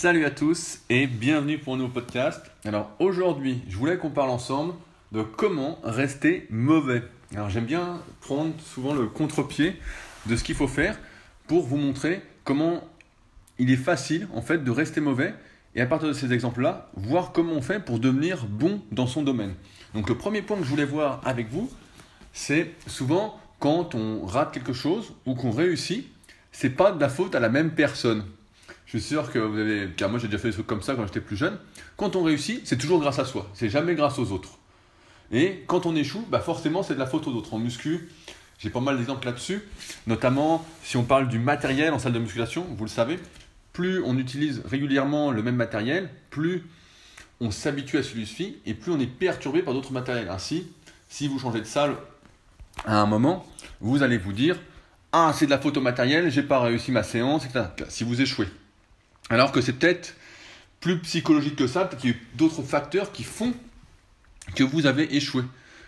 Salut à tous et bienvenue pour un nouveau podcast. Alors aujourd'hui, je voulais qu'on parle ensemble de comment rester mauvais. Alors j'aime bien prendre souvent le contre-pied de ce qu'il faut faire pour vous montrer comment il est facile en fait de rester mauvais et à partir de ces exemples-là, voir comment on fait pour devenir bon dans son domaine. Donc le premier point que je voulais voir avec vous, c'est souvent quand on rate quelque chose ou qu'on réussit, c'est pas de la faute à la même personne. Je suis sûr que vous avez, car moi j'ai déjà fait des trucs comme ça quand j'étais plus jeune. Quand on réussit, c'est toujours grâce à soi, c'est jamais grâce aux autres. Et quand on échoue, forcément c'est de la faute aux autres. En muscu, j'ai pas mal d'exemples là-dessus, notamment si on parle du matériel en salle de musculation, vous le savez, plus on utilise régulièrement le même matériel, plus on s'habitue à celui-ci et plus on est perturbé par d'autres matériels. Ainsi, si vous changez de salle à un moment, vous allez vous dire « Ah, c'est de la faute au matériel, j'ai pas réussi ma séance, etc. » Si vous échouez. Alors que c'est peut-être plus psychologique que ça, peut-être qu'il y a eu d'autres facteurs qui font que vous avez échoué.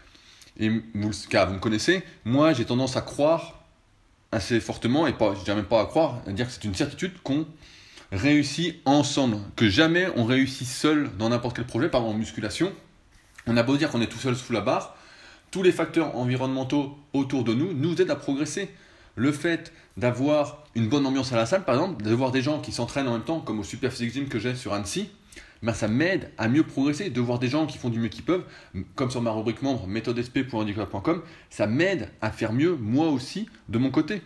Et car vous me connaissez, moi j'ai tendance à croire assez fortement, et pas, je ne dirais même pas à croire, à dire que c'est une certitude qu'on réussit ensemble, que jamais on réussit seul dans n'importe quel projet. Par exemple en musculation, on a beau dire qu'on est tout seul sous la barre, tous les facteurs environnementaux autour de nous nous aident à progresser. Le fait d'avoir une bonne ambiance à la salle, par exemple, d'avoir des gens qui s'entraînent en même temps, comme au Super Physique Gym que j'ai sur Annecy, ça m'aide à mieux progresser. De voir des gens qui font du mieux qu'ils peuvent, comme sur ma rubrique membre méthodesp.handicap.com, ça m'aide à faire mieux moi aussi de mon côté.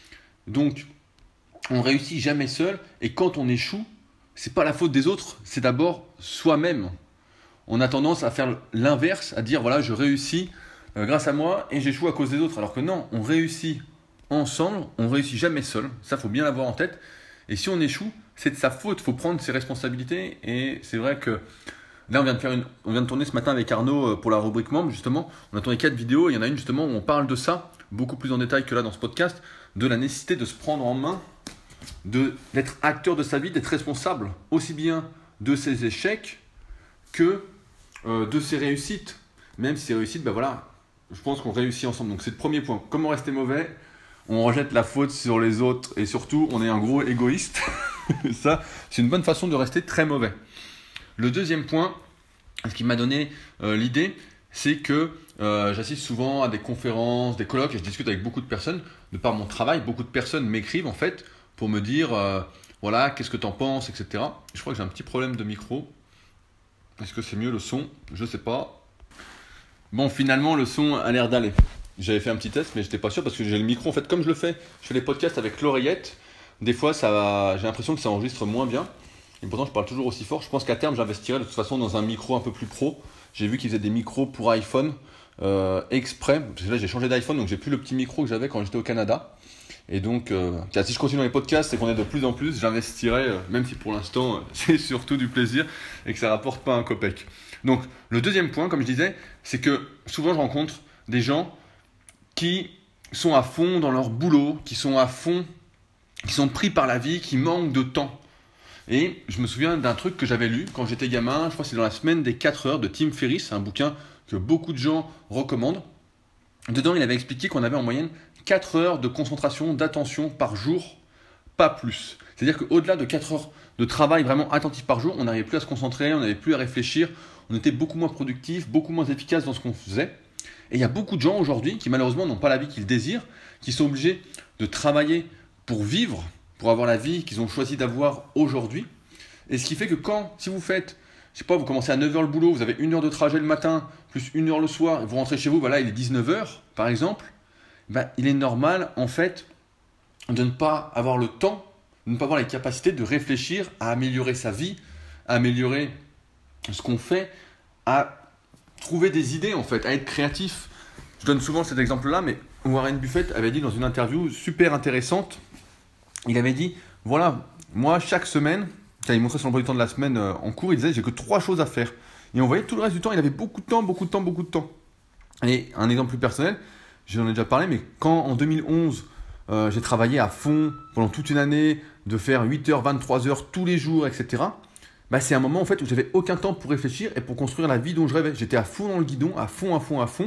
Donc, on réussit jamais seul, et quand on échoue, c'est pas la faute des autres, c'est d'abord soi-même. On a tendance à faire l'inverse, à dire voilà, je réussis grâce à moi et j'échoue à cause des autres. Alors que non, on réussit ensemble, on réussit jamais seul. Ça, faut bien l'avoir en tête. Et si on échoue, c'est de sa faute. Il faut prendre ses responsabilités. Et c'est vrai que là, on vient de tourner ce matin avec Arnaud pour la rubrique membre, justement. On a tourné 4 vidéos. Il y en a une justement où on parle de ça, beaucoup plus en détail que là dans ce podcast, de la nécessité de se prendre en main, d'être acteur de sa vie, d'être responsable aussi bien de ses échecs que de ses réussites. Même si ces réussites, je pense qu'on réussit ensemble. Donc c'est le premier point. Comment rester mauvais ? On rejette la faute sur les autres et surtout, on est un gros égoïste. Ça, c'est une bonne façon de rester très mauvais. Le deuxième point, ce qui m'a donné l'idée, c'est que j'assiste souvent à des conférences, des colloques et je discute avec beaucoup de personnes. De par mon travail, beaucoup de personnes m'écrivent en fait pour me dire voilà, qu'est-ce que tu en penses, etc. Je crois que j'ai un petit problème de micro. Est-ce que c'est mieux le son ? Je ne sais pas. Bon, finalement, le son a l'air d'aller. J'avais fait un petit test, mais je n'étais pas sûr parce que j'ai le micro. En fait, comme je fais les podcasts avec l'oreillette, des fois, j'ai l'impression que ça enregistre moins bien. Et pourtant, je parle toujours aussi fort. Je pense qu'à terme, j'investirai de toute façon dans un micro un peu plus pro. J'ai vu qu'ils faisaient des micros pour iPhone exprès. Parce que là, j'ai changé d'iPhone, donc j'ai plus le petit micro que j'avais quand j'étais au Canada. Et donc, si je continue dans les podcasts, c'est qu'on est de plus en plus. J'investirai, même si pour l'instant, c'est surtout du plaisir et que ça rapporte pas un copec. Donc, le deuxième point, comme je disais, c'est que souvent, je rencontre des gens qui sont à fond dans leur boulot, qui sont à fond, qui sont pris par la vie, qui manquent de temps. Et je me souviens d'un truc que j'avais lu quand j'étais gamin, je crois que c'est dans la semaine des 4 heures de Tim Ferriss, un bouquin que beaucoup de gens recommandent. Dedans, il avait expliqué qu'on avait en moyenne 4 heures de concentration, d'attention par jour, pas plus. C'est-à-dire qu'au-delà de 4 heures de travail vraiment attentif par jour, on n'arrivait plus à se concentrer, on n'avait plus à réfléchir, on était beaucoup moins productif, beaucoup moins efficace dans ce qu'on faisait. Et il y a beaucoup de gens aujourd'hui qui malheureusement n'ont pas la vie qu'ils désirent, qui sont obligés de travailler pour vivre, pour avoir la vie qu'ils ont choisi d'avoir aujourd'hui. Et ce qui fait que si vous faites, je sais pas, vous commencez à 9h le boulot, vous avez 1 heure de trajet le matin, plus 1 heure le soir, et vous rentrez chez vous, il est 19h par exemple, il est normal en fait de ne pas avoir le temps, de ne pas avoir les capacités de réfléchir à améliorer sa vie, à améliorer ce qu'on fait, à trouver des idées en fait, à être créatif. Je donne souvent cet exemple-là, mais Warren Buffett avait dit dans une interview super intéressante, il avait dit, voilà, moi chaque semaine, quand il montrait son emploi du temps de la semaine en cours, il disait, j'ai que 3 choses à faire. Et on voyait tout le reste du temps, il avait beaucoup de temps. Et un exemple plus personnel, j'en ai déjà parlé, mais quand en 2011, j'ai travaillé à fond pendant toute une année, de faire 8h, 23h tous les jours, etc., c'est un moment en fait où j'avais aucun temps pour réfléchir et pour construire la vie dont je rêvais. J'étais à fond dans le guidon, à fond.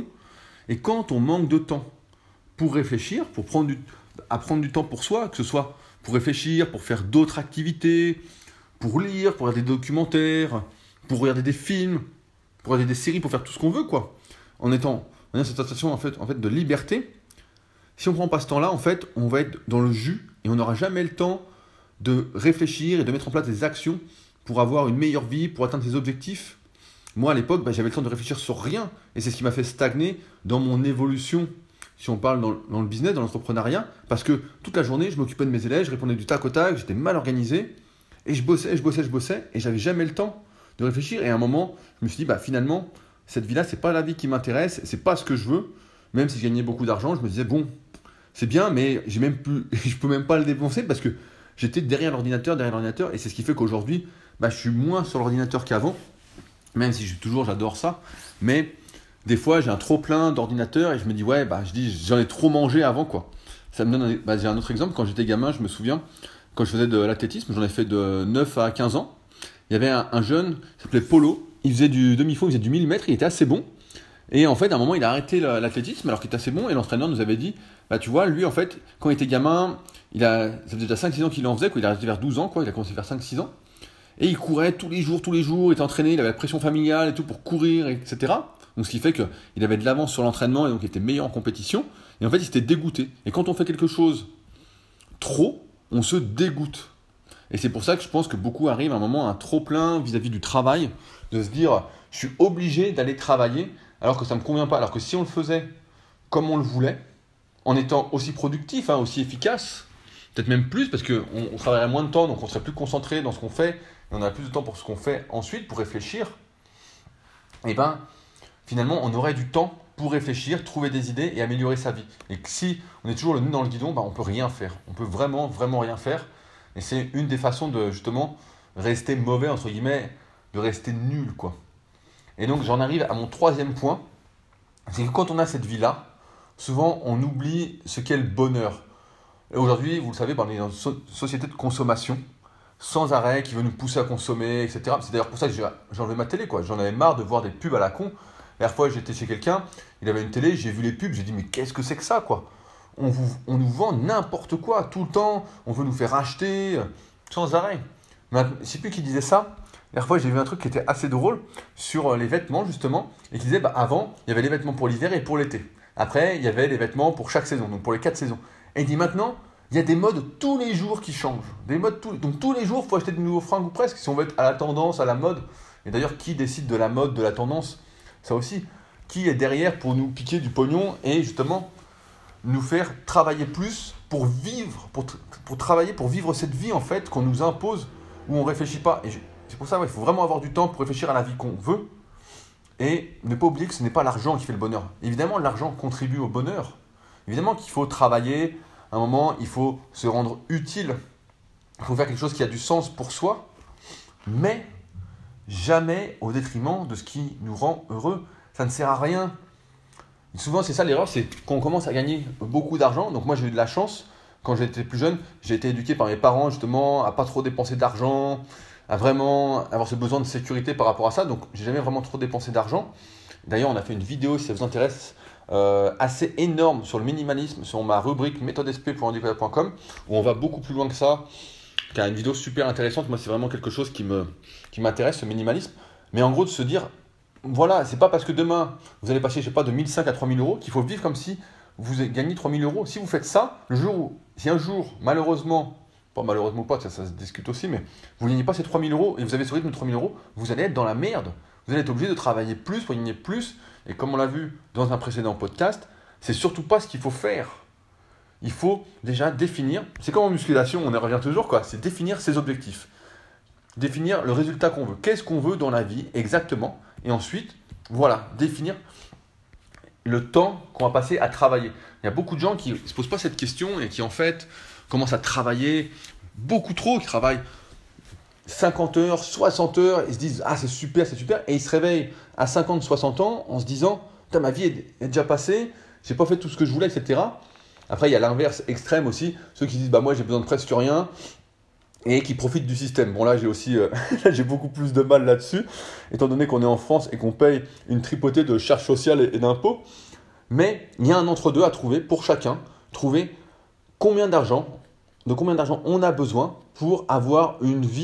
Et quand on manque de temps pour réfléchir, pour prendre du temps pour soi, que ce soit pour réfléchir, pour faire d'autres activités, pour lire, pour regarder des documentaires, pour regarder des films, pour regarder des séries, pour faire tout ce qu'on veut, quoi. En ayant cette sensation en fait, de liberté. Si on prend pas ce temps-là, en fait, on va être dans le jus et on n'aura jamais le temps de réfléchir et de mettre en place des actions pour avoir une meilleure vie, pour atteindre ses objectifs. Moi, à l'époque, j'avais le temps de réfléchir sur rien. Et c'est ce qui m'a fait stagner dans mon évolution, si on parle dans le business, dans l'entrepreneuriat. Parce que toute la journée, je m'occupais de mes élèves, je répondais du tac au tac, j'étais mal organisé. Et je bossais, et j'avais jamais le temps de réfléchir. Et à un moment, je me suis dit, finalement, cette vie-là, c'est pas la vie qui m'intéresse, c'est pas ce que je veux. Même si je gagnais beaucoup d'argent, je me disais, bon, c'est bien, mais je peux même pas le dépenser parce que j'étais derrière l'ordinateur, et c'est ce qui fait qu'aujourd'hui, je suis moins sur l'ordinateur qu'avant, même si j'adore ça, mais des fois, j'ai un trop plein d'ordinateur et je me dis, j'en ai trop mangé avant, quoi. Ça me donne, j'ai un autre exemple, quand j'étais gamin, je me souviens, quand je faisais de l'athlétisme, j'en ai fait de 9 à 15 ans, il y avait un jeune, il s'appelait Polo, il faisait du demi-fond, il faisait du millimètre, il était assez bon, et en fait, à un moment, il a arrêté l'athlétisme alors qu'il était assez bon, et l'entraîneur nous avait dit, tu vois, lui, en fait, quand il était gamin, ça faisait déjà 5-6 ans qu'il en faisait, quoi. Il a arrêté vers 12 ans, quoi. Il a commencé vers 5-6 ans. Et il courait tous les jours, il était entraîné, il avait la pression familiale et tout pour courir, etc. Donc ce qui fait qu'il avait de l'avance sur l'entraînement et donc il était meilleur en compétition. Et en fait, il s'était dégoûté. Et quand on fait quelque chose trop, on se dégoûte. Et c'est pour ça que je pense que beaucoup arrivent à un moment à un trop-plein vis-à-vis du travail, de se dire, je suis obligé d'aller travailler alors que ça ne me convient pas. Alors que si on le faisait comme on le voulait, en étant aussi productif, aussi efficace, peut-être même plus, parce qu'on travaillerait moins de temps, donc on serait plus concentré dans ce qu'on fait, et on aurait plus de temps pour ce qu'on fait ensuite, pour réfléchir, et finalement, on aurait du temps pour réfléchir, trouver des idées et améliorer sa vie. Et que si on est toujours le nez dans le guidon, on ne peut rien faire. On peut vraiment, vraiment rien faire. Et c'est une des façons de, justement, rester mauvais, entre guillemets, de rester nul, quoi. Et donc, j'en arrive à mon troisième point, c'est que quand on a cette vie-là, souvent, on oublie ce qu'est le bonheur. Et aujourd'hui, vous le savez, on est dans une société de consommation, sans arrêt, qui veut nous pousser à consommer, etc. C'est d'ailleurs pour ça que j'ai enlevé ma télé, quoi. J'en avais marre de voir des pubs à la con. La dernière fois, j'étais chez quelqu'un, il avait une télé, j'ai vu les pubs, j'ai dit, mais qu'est-ce que c'est que ça, quoi? On nous vend n'importe quoi, tout le temps, on veut nous faire acheter, sans arrêt. Mais je ne sais plus qui disait ça. La dernière fois, j'ai vu un truc qui était assez drôle sur les vêtements, justement, et qui disait, avant, il y avait les vêtements pour l'hiver et pour l'été. Après, il y avait les vêtements pour chaque saison, donc pour les 4 saisons. Et il dit maintenant, il y a des modes tous les jours qui changent. Donc tous les jours, il faut acheter de nouveaux fringues ou presque, si on veut être à la tendance, à la mode. Et d'ailleurs, qui décide de la mode, de la tendance? Ça aussi. Qui est derrière pour nous piquer du pognon et justement nous faire travailler plus pour vivre, pour travailler, pour vivre cette vie en fait qu'on nous impose, où on ne réfléchit pas. Et c'est pour ça qu'il faut vraiment avoir du temps pour réfléchir à la vie qu'on veut. Et ne pas oublier que ce n'est pas l'argent qui fait le bonheur. Évidemment, l'argent contribue au bonheur. Évidemment qu'il faut travailler, à un moment, il faut se rendre utile. Il faut faire quelque chose qui a du sens pour soi, mais jamais au détriment de ce qui nous rend heureux. Ça ne sert à rien. Et souvent, c'est ça l'erreur, c'est qu'on commence à gagner beaucoup d'argent. Donc moi, j'ai eu de la chance. Quand j'étais plus jeune, j'ai été éduqué par mes parents justement à pas trop dépenser d'argent, à vraiment avoir ce besoin de sécurité par rapport à ça. Donc, j'ai jamais vraiment trop dépensé d'argent. D'ailleurs, on a fait une vidéo, si ça vous intéresse, assez énorme sur le minimalisme, sur ma rubrique méthodesp.handicap.com, où on va beaucoup plus loin que ça. C'est une vidéo super intéressante. Moi, c'est vraiment quelque chose qui m'intéresse, ce minimalisme. Mais en gros, de se dire, voilà, c'est pas parce que demain, vous allez passer, je sais pas, de 1 500 à 3 000 euros qu'il faut vivre comme si vous gagnez 3 000 euros. Si vous faites ça, si un jour, malheureusement, pas malheureusement pas, ça se discute aussi, mais vous ne gagnez pas ces 3 000 euros et vous avez ce rythme de 3 000 euros, vous allez être dans la merde. Vous allez être obligé de travailler plus pour gagner plus. Et comme on l'a vu dans un précédent podcast, c'est surtout pas ce qu'il faut faire. Il faut déjà définir, c'est comme en musculation, on y revient toujours, quoi. C'est définir ses objectifs. Définir le résultat qu'on veut. Qu'est-ce qu'on veut dans la vie exactement? Et ensuite, voilà, définir le temps qu'on va passer à travailler. Il y a beaucoup de gens qui ne se posent pas cette question et qui en fait commencent à travailler beaucoup trop, qui travaillent 50 heures, 60 heures, et se disent « Ah, c'est super, et ils se réveillent à 50, 60 ans en se disant « Ma vie est déjà passée, j'ai pas fait tout ce que je voulais, etc. » Après, il y a l'inverse extrême aussi, ceux qui disent « Moi, j'ai besoin de presque rien », et qui profitent du système. Bon, là, j'ai aussi j'ai beaucoup plus de mal là-dessus, étant donné qu'on est en France et qu'on paye une tripotée de charges sociales et d'impôts. Mais il y a un entre-deux à trouver pour chacun, trouver de combien d'argent on a besoin pour avoir une vie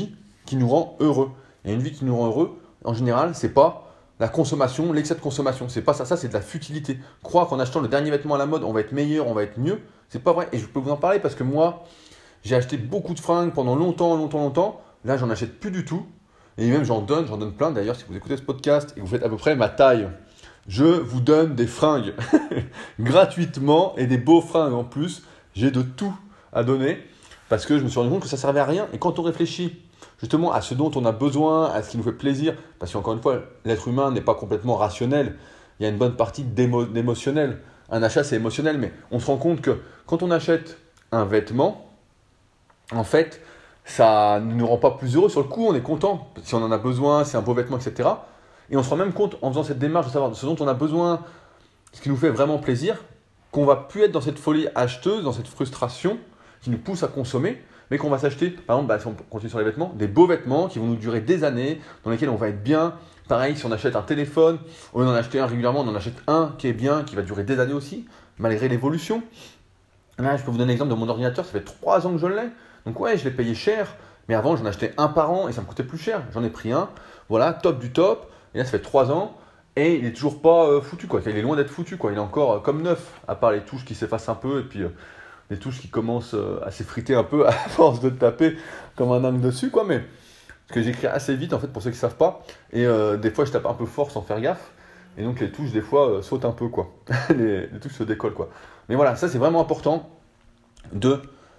qui nous rend heureux. Et une vie qui nous rend heureux, en général, c'est pas la consommation, l'excès de consommation. C'est pas ça, ça c'est de la futilité. Croire qu'en achetant le dernier vêtement à la mode, on va être meilleur, on va être mieux, c'est pas vrai. Et je peux vous en parler parce que moi, j'ai acheté beaucoup de fringues pendant longtemps. Là, j'en achète plus du tout. Et même j'en donne plein. D'ailleurs, si vous écoutez ce podcast et que vous faites à peu près ma taille, je vous donne des fringues gratuitement et des beaux fringues en plus. J'ai de tout à donner parce que je me suis rendu compte que ça ne servait à rien. Et quand on réfléchit justement à ce dont on a besoin, à ce qui nous fait plaisir, parce qu'encore une fois, l'être humain n'est pas complètement rationnel. Il y a une bonne partie d'émotionnel. Un achat, c'est émotionnel, mais on se rend compte que quand on achète un vêtement, en fait, ça ne nous rend pas plus heureux. Sur le coup, on est content si on en a besoin, c'est un beau vêtement, etc. Et on se rend même compte en faisant cette démarche de savoir ce dont on a besoin, ce qui nous fait vraiment plaisir, qu'on va plus être dans cette folie acheteuse, dans cette frustration qui nous pousse à consommer, mais qu'on va s'acheter, par exemple, si on continue sur les vêtements, des beaux vêtements qui vont nous durer des années, dans lesquels on va être bien. Pareil, si on achète un téléphone, au lieu d'en acheter un régulièrement, on en achète un qui est bien, qui va durer des années aussi, malgré l'évolution. Là, je peux vous donner l'exemple de mon ordinateur, ça fait 3 ans que je l'ai. Donc ouais, je l'ai payé cher, mais avant, j'en achetais un par an et ça me coûtait plus cher. J'en ai pris un, voilà, top du top. Et là, ça fait 3 ans et il est toujours pas foutu, quoi. Il est loin d'être foutu, quoi. Il est encore comme neuf, à part les touches qui s'effacent un peu et puis les touches qui commencent à s'effriter un peu à force de taper comme un dingue dessus, quoi. Mais parce que j'écris assez vite, en fait, pour ceux qui ne savent pas. Et des fois, je tape un peu fort sans faire gaffe. Et donc, les touches, des fois, sautent un peu, quoi. les touches se décollent, quoi. Mais voilà, ça, c'est vraiment important de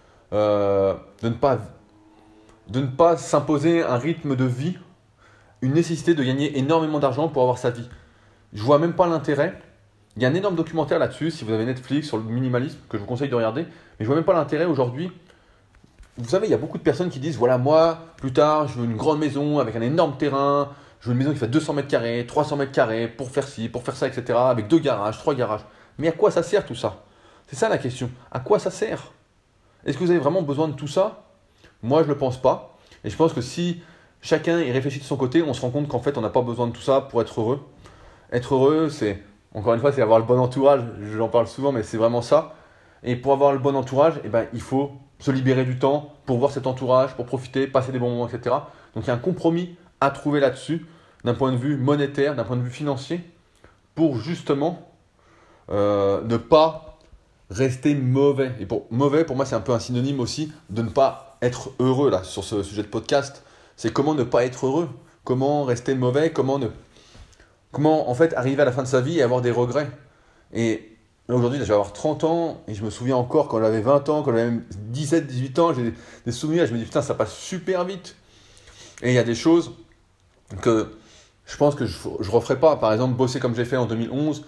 ne pas s'imposer un rythme de vie, une nécessité de gagner énormément d'argent pour avoir sa vie. Je vois même pas l'intérêt. Il y a un énorme documentaire là-dessus, si vous avez Netflix, sur le minimalisme, que je vous conseille de regarder. Mais je vois même pas l'intérêt aujourd'hui. Vous savez, il y a beaucoup de personnes qui disent, voilà, moi, plus tard, je veux une grande maison avec un énorme terrain. Je veux une maison qui fait 200 mètres carrés, 300 mètres carrés, pour faire ci, pour faire ça, etc. Avec 2 garages, 3 garages. Mais à quoi ça sert tout ça? C'est ça la question. À quoi ça sert? Est-ce que vous avez vraiment besoin de tout ça? Moi, je ne le pense pas. Et je pense que si chacun y réfléchit de son côté, on se rend compte qu'en fait, on n'a pas besoin de tout ça pour être heureux. Être heureux, c'est, encore une fois, c'est avoir le bon entourage. J'en parle souvent, mais c'est vraiment ça. Et pour avoir le bon entourage, eh ben, il faut se libérer du temps pour voir cet entourage, pour profiter, passer des bons moments, etc. Donc, il y a un compromis à trouver là-dessus, d'un point de vue monétaire, d'un point de vue financier, pour justement ne pas rester mauvais. Et mauvais, pour moi, c'est un peu un synonyme aussi de ne pas être heureux là, sur ce sujet de podcast. C'est comment ne pas être heureux, comment rester mauvais, comment en fait arriver à la fin de sa vie et avoir des regrets. Et aujourd'hui, là, je vais avoir 30 ans et je me souviens encore quand j'avais 20 ans, quand j'avais même 17, 18 ans, j'ai des souvenirs, je me dis putain, ça passe super vite. Et il y a des choses que je pense que je ne referai pas. Par exemple, bosser comme j'ai fait en 2011,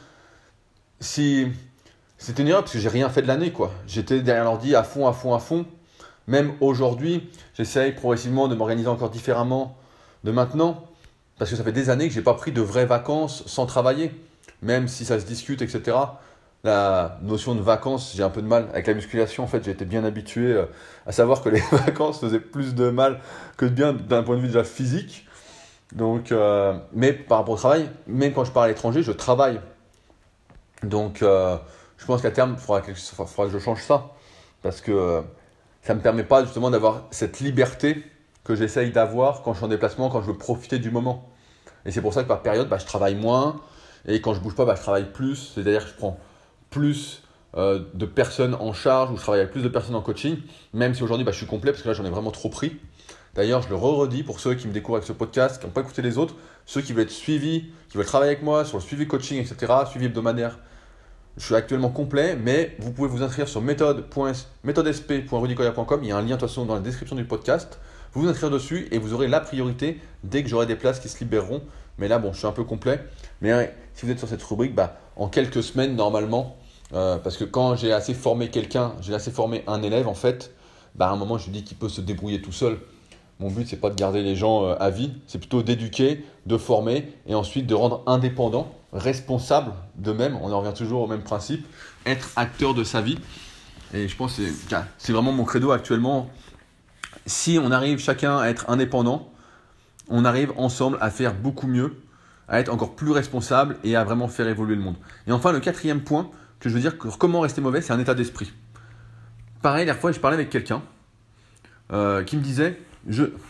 si c'était une erreur parce que j'ai rien fait de l'année, quoi. J'étais derrière l'ordi à fond. Même aujourd'hui, j'essaye progressivement de m'organiser encore différemment de maintenant, parce que ça fait des années que j'ai pas pris de vraies vacances sans travailler, même si ça se discute, etc. La notion de vacances, j'ai un peu de mal avec la musculation. En fait, j'ai été bien habitué à savoir que les vacances faisaient plus de mal que de bien d'un point de vue déjà physique. Donc, mais par rapport au travail, même quand je pars à l'étranger, je travaille. Donc, je pense qu'à terme, il faudra que je change ça. Parce que ça ne me permet pas justement d'avoir cette liberté que j'essaye d'avoir quand je suis en déplacement, quand je veux profiter du moment. Et c'est pour ça que par période, je travaille moins. Et quand je ne bouge pas, je travaille plus. C'est-à-dire que je prends plus de personnes en charge ou je travaille avec plus de personnes en coaching. Même si aujourd'hui, je suis complet parce que là, j'en ai vraiment trop pris. D'ailleurs, je le redis pour ceux qui me découvrent avec ce podcast, qui n'ont pas écouté les autres, ceux qui veulent être suivis, qui veulent travailler avec moi sur le suivi coaching, etc., suivi hebdomadaire. Je suis actuellement complet, mais vous pouvez vous inscrire sur méthodesp.rudicoya.com. Il y a un lien de toute façon dans la description du podcast. Vous vous inscrire dessus et vous aurez la priorité dès que j'aurai des places qui se libéreront. Mais là, je suis un peu complet. Mais si vous êtes sur cette rubrique, en quelques semaines, normalement, parce que quand j'ai assez formé quelqu'un, j'ai assez formé un élève, en fait, à un moment, je lui dis qu'il peut se débrouiller tout seul. Mon but, c'est pas de garder les gens à vie, c'est plutôt d'éduquer, de former et ensuite de rendre indépendants, responsables d'eux-mêmes. On en revient toujours au même principe, être acteur de sa vie. Et je pense que c'est vraiment mon credo actuellement. Si on arrive chacun à être indépendant, on arrive ensemble à faire beaucoup mieux, à être encore plus responsable et à vraiment faire évoluer le monde. Et enfin, le 4e point que je veux dire, comment rester mauvais, c'est un état d'esprit. Pareil, la dernière fois, je parlais avec quelqu'un qui me disait,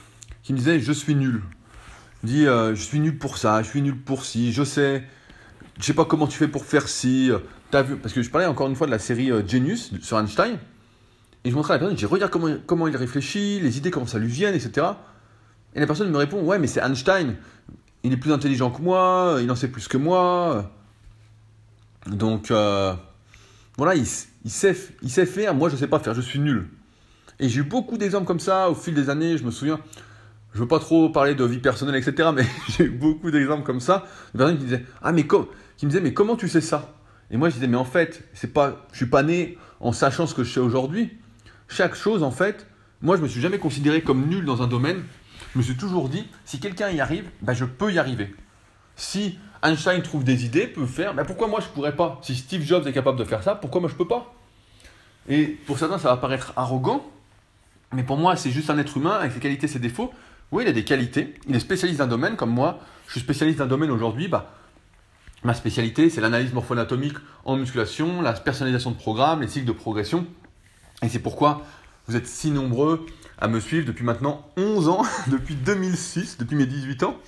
qui me disait « je suis nul ». Il dit je suis nul pour ça, je suis nul pour ci, je sais pas comment tu fais pour faire ci. T'as vu ?» Parce que je parlais encore une fois de la série Genius sur Einstein. Et je montrais à la personne, je dis regarde comment il réfléchit, les idées, comment ça lui viennent, etc. Et la personne me répond ouais, mais c'est Einstein, il est plus intelligent que moi, il en sait plus que moi. Donc voilà, il sait faire, moi je ne sais pas faire, je suis nul. Et j'ai eu beaucoup d'exemples comme ça au fil des années, je me souviens. Je ne veux pas trop parler de vie personnelle, etc. Mais j'ai eu beaucoup d'exemples comme ça. Des personnes qui me disaient mais comment tu sais ça? Et moi je disais mais en fait, je ne suis pas né en sachant ce que je sais aujourd'hui. Chaque chose, en fait, moi, je me suis jamais considéré comme nul dans un domaine. Je me suis toujours dit, si quelqu'un y arrive, je peux y arriver. Si Einstein trouve des idées, peut faire, pourquoi moi je ne pourrais pas? Si Steve Jobs est capable de faire ça, pourquoi moi je ne peux pas? Et pour certains, ça va paraître arrogant, mais pour moi, c'est juste un être humain avec ses qualités, ses défauts. Oui, il a des qualités, il est spécialiste d'un domaine, comme moi, je suis spécialiste d'un domaine aujourd'hui. Ma spécialité, c'est l'analyse morpho-anatomique en musculation, la personnalisation de programmes, les cycles de progression. Et c'est pourquoi vous êtes si nombreux à me suivre depuis maintenant 11 ans, depuis 2006, depuis mes 18 ans,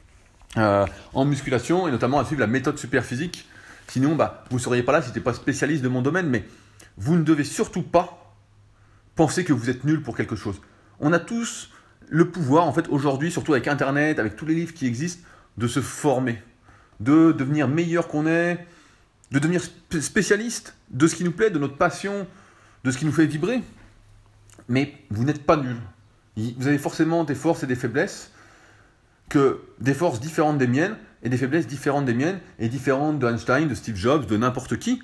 en musculation et notamment à suivre la méthode Superphysique. Sinon, vous ne seriez pas là si vous n'étiez pas spécialiste de mon domaine, mais vous ne devez surtout pas penser que vous êtes nul pour quelque chose. On a tous le pouvoir, en fait, aujourd'hui, surtout avec Internet, avec tous les livres qui existent, de se former, de devenir meilleur qu'on est, de devenir spécialiste de ce qui nous plaît, de notre passion, de ce qui nous fait vibrer. Mais vous n'êtes pas nul. Vous avez forcément des forces et des faiblesses, des forces différentes des miennes et des faiblesses différentes des miennes et différentes de Einstein, de Steve Jobs, de n'importe qui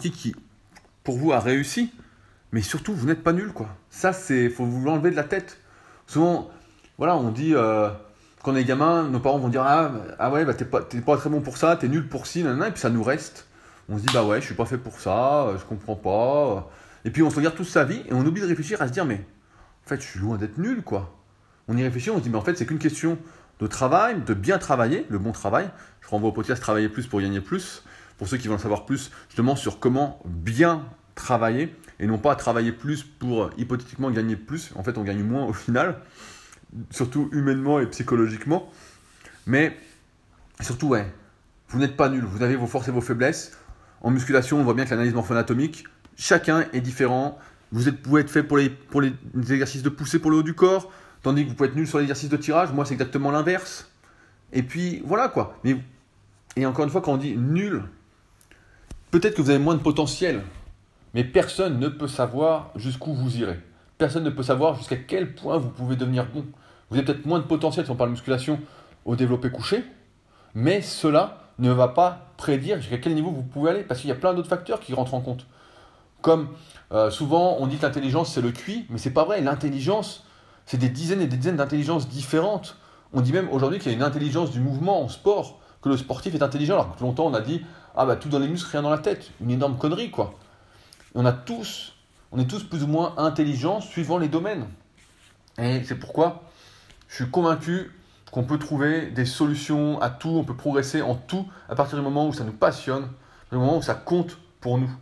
pour vous a réussi. Mais surtout, vous n'êtes pas nul, quoi. Ça, faut vous l'enlever de la tête. Souvent, voilà, on dit quand on est gamin, nos parents vont dire ah ouais, t'es pas très bon pour ça, t'es nul pour ci, nanana, et puis ça nous reste. On se dit ouais, je suis pas fait pour ça, je comprends pas. Et puis on se regarde toute sa vie et on oublie de réfléchir à se dire mais en fait je suis loin d'être nul, quoi. On y réfléchit, on se dit mais en fait c'est qu'une question de travail, de bien travailler, le bon travail. Je renvoie au podcast Travailler plus pour gagner plus. Pour ceux qui veulent en savoir plus, justement sur comment bien travailler et non pas travailler plus pour hypothétiquement gagner plus. En fait on gagne moins au final, surtout humainement et psychologiquement. Mais surtout vous n'êtes pas nul, vous avez vos forces et vos faiblesses. En musculation, on voit bien que l'analyse morpho-anatomique, chacun est différent. Vous pouvez être fait pour les exercices de poussée pour le haut du corps, tandis que vous pouvez être nul sur l'exercice de tirage. Moi, c'est exactement l'inverse. Et puis, voilà quoi. Et encore une fois, quand on dit nul, peut-être que vous avez moins de potentiel, mais personne ne peut savoir jusqu'où vous irez. Personne ne peut savoir jusqu'à quel point vous pouvez devenir bon. Vous avez peut-être moins de potentiel, si on parle musculation, au développé couché, mais cela ne va pas prédire jusqu'à quel niveau vous pouvez aller, parce qu'il y a plein d'autres facteurs qui rentrent en compte. Comme souvent on dit que l'intelligence c'est le QI, mais c'est pas vrai. L'intelligence, c'est des dizaines et des dizaines d'intelligences différentes. On dit même aujourd'hui qu'il y a une intelligence du mouvement en sport, que le sportif est intelligent, alors que longtemps on a dit tout dans les muscles, rien dans la tête. Une énorme connerie, quoi. On est tous plus ou moins intelligents suivant les domaines. Et c'est pourquoi je suis convaincu qu'on peut trouver des solutions à tout, on peut progresser en tout à partir du moment où ça nous passionne, du moment où ça compte pour nous.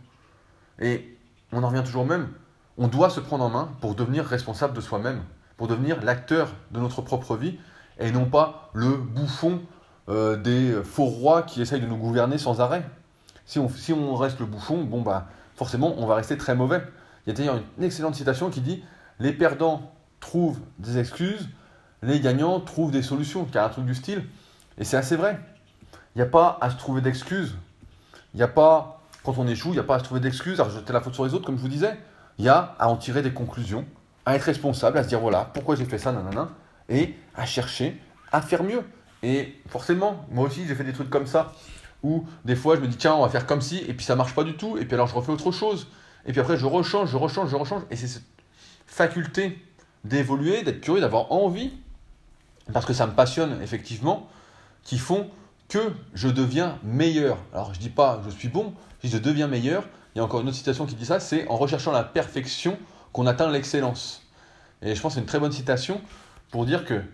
Et on en revient toujours au même, on doit se prendre en main pour devenir responsable de soi-même, pour devenir l'acteur de notre propre vie et non pas le bouffon des faux rois qui essayent de nous gouverner sans arrêt. Si on reste le bouffon, forcément on va rester très mauvais. Il y a d'ailleurs une excellente citation qui dit « Les perdants trouvent des excuses, les gagnants trouvent des solutions », car un truc du style. Et c'est assez vrai. Il n'y a pas à se trouver d'excuses. Il n'y a pas, quand on échoue, il n'y a pas à se trouver d'excuses, à rejeter la faute sur les autres, comme je vous disais. Il y a à en tirer des conclusions, à être responsable, à se dire voilà, pourquoi j'ai fait ça, nanana, et à chercher à faire mieux. Et forcément, moi aussi, j'ai fait des trucs comme ça, où des fois, je me dis tiens, on va faire comme ci, et puis ça marche pas du tout, et puis alors je refais autre chose. Et puis après, je rechange, et c'est cette faculté d'évoluer, d'être curieux, d'avoir envie, parce que ça me passionne effectivement, qui font que je deviens meilleur. Alors je ne dis pas je suis bon, je dis je deviens meilleur. Il y a encore une autre citation qui dit ça, c'est en recherchant la perfection qu'on atteint l'excellence. Et je pense que c'est une très bonne citation pour dire que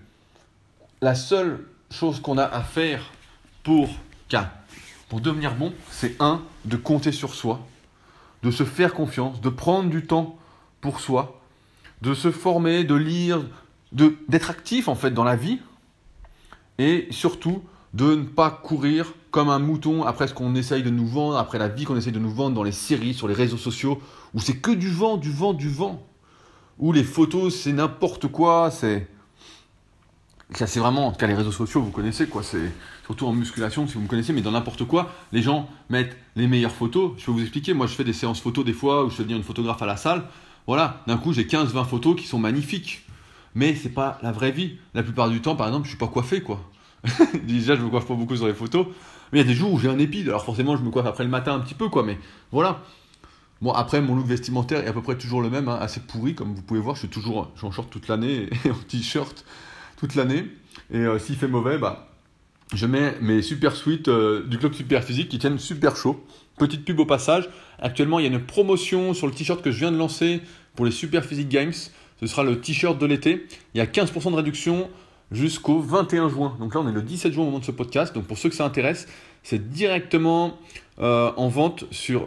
la seule chose qu'on a à faire pour devenir bon, c'est de compter sur soi, de se faire confiance, de prendre du temps pour soi, de se former, de lire, d'être actif en fait dans la vie et surtout de ne pas courir comme un mouton après ce qu'on essaye de nous vendre, après la vie qu'on essaye de nous vendre dans les séries, sur les réseaux sociaux, où c'est que du vent, où les photos c'est n'importe quoi, c'est vraiment, en tout cas les réseaux sociaux vous connaissez quoi, c'est surtout en musculation si vous me connaissez, mais dans n'importe quoi, les gens mettent les meilleures photos. Je peux vous expliquer, moi je fais des séances photos des fois où je fais venir une photographe à la salle, voilà, d'un coup j'ai 15-20 photos qui sont magnifiques, mais c'est pas la vraie vie. La plupart du temps par exemple je suis pas coiffé quoi. Déjà je me coiffe pas beaucoup sur les photos, mais il y a des jours où j'ai un épide, alors forcément je me coiffe après le matin un petit peu quoi, mais voilà. Bon après mon look vestimentaire est à peu près toujours le même, hein, assez pourri comme vous pouvez voir, je suis en short toute l'année et en t-shirt toute l'année, et s'il fait mauvais, bah je mets mes super sweats du club super physique qui tiennent super chaud. Petite pub au passage, actuellement il y a une promotion sur le t-shirt que je viens de lancer pour les Super Physique Games, ce sera le t-shirt de l'été, il y a 15% de réduction jusqu'au 21 juin, donc là on est le 17 juin au moment de ce podcast, donc pour ceux que ça intéresse, c'est directement en vente sur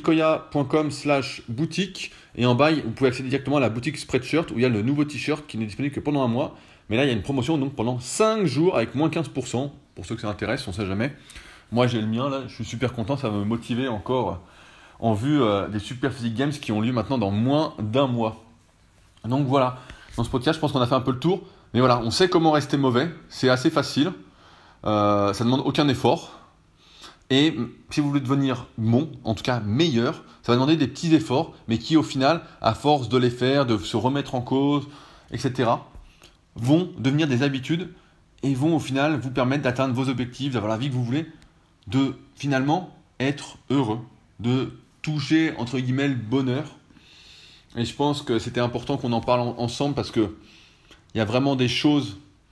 rudicoya.com/boutique, et en bas vous pouvez accéder directement à la boutique Spreadshirt où il y a le nouveau t-shirt qui n'est disponible que pendant un mois, mais là il y a une promotion donc pendant 5 jours avec moins 15%, pour ceux que ça intéresse, on ne sait jamais. Moi j'ai le mien là, je suis super content, ça va me motiver encore en vue des Super Physique Games qui ont lieu maintenant dans moins d'un mois. Donc voilà, dans ce podcast je pense qu'on a fait un peu le tour, mais voilà, on sait comment rester mauvais, c'est assez facile, ça ne demande aucun effort, et si vous voulez devenir bon, en tout cas meilleur, ça va demander des petits efforts, mais qui au final, à force de les faire, de se remettre en cause, etc., vont devenir des habitudes et vont au final vous permettre d'atteindre vos objectifs, d'avoir la vie que vous voulez, de finalement être heureux, de toucher entre guillemets le bonheur. Et je pense que c'était important qu'on en parle ensemble parce que il y a vraiment des choses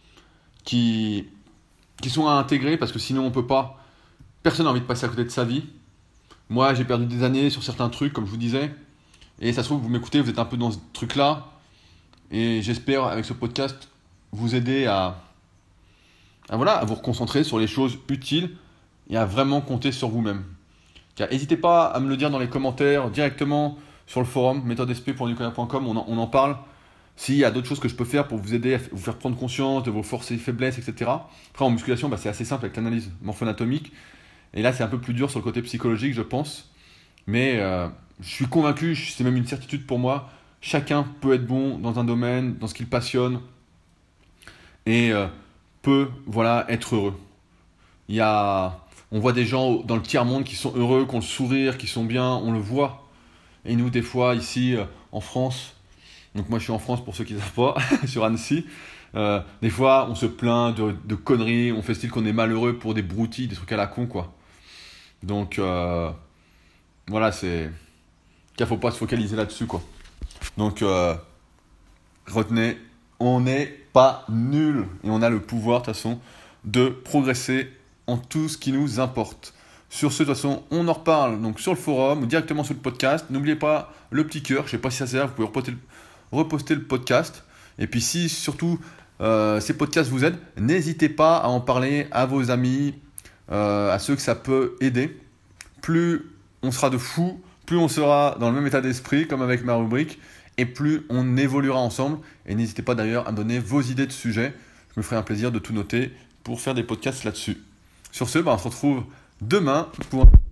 qui sont à intégrer, parce que sinon on peut pas, personne n'a envie de passer à côté de sa vie. Moi j'ai perdu des années sur certains trucs comme je vous disais, et ça se trouve vous m'écoutez, vous êtes un peu dans ce truc là, et j'espère avec ce podcast vous aider à vous reconcentrer sur les choses utiles et à vraiment compter sur vous-même. N'hésitez pas à me le dire dans les commentaires, directement sur le forum méthodesp.rudicoya.com, on en parle. S'il y a d'autres choses que je peux faire pour vous aider à vous faire prendre conscience de vos forces et faiblesses, etc. Après en musculation, c'est assez simple avec l'analyse morpho-anatomique. Et là c'est un peu plus dur sur le côté psychologique je pense. Mais je suis convaincu, c'est même une certitude pour moi, chacun peut être bon dans un domaine, dans ce qu'il passionne. Et peut être heureux. On voit des gens dans le tiers-monde qui sont heureux, qui ont le sourire, qui sont bien, on le voit. Et nous, des fois, ici, en France, donc moi je suis en France pour ceux qui ne savent pas, sur Annecy, des fois on se plaint de conneries, on fait style qu'on est malheureux pour des broutilles, des trucs à la con, quoi. Donc, voilà, c'est qu'il ne faut pas se focaliser là-dessus, quoi. Donc, retenez, on n'est pas nul et on a le pouvoir de toute façon de progresser en tout ce qui nous importe. Sur ce, de toute façon, on en reparle donc sur le forum ou directement sur le podcast. N'oubliez pas le petit cœur, je ne sais pas si ça sert, vous pouvez reposter le podcast. Et puis si surtout ces podcasts vous aident, n'hésitez pas à en parler à vos amis, à ceux que ça peut aider. Plus on sera de fous, plus on sera dans le même état d'esprit comme avec ma rubrique, et plus on évoluera ensemble. Et n'hésitez pas d'ailleurs à me donner vos idées de sujets. Je me ferai un plaisir de tout noter pour faire des podcasts là-dessus. Sur ce, on se retrouve demain pour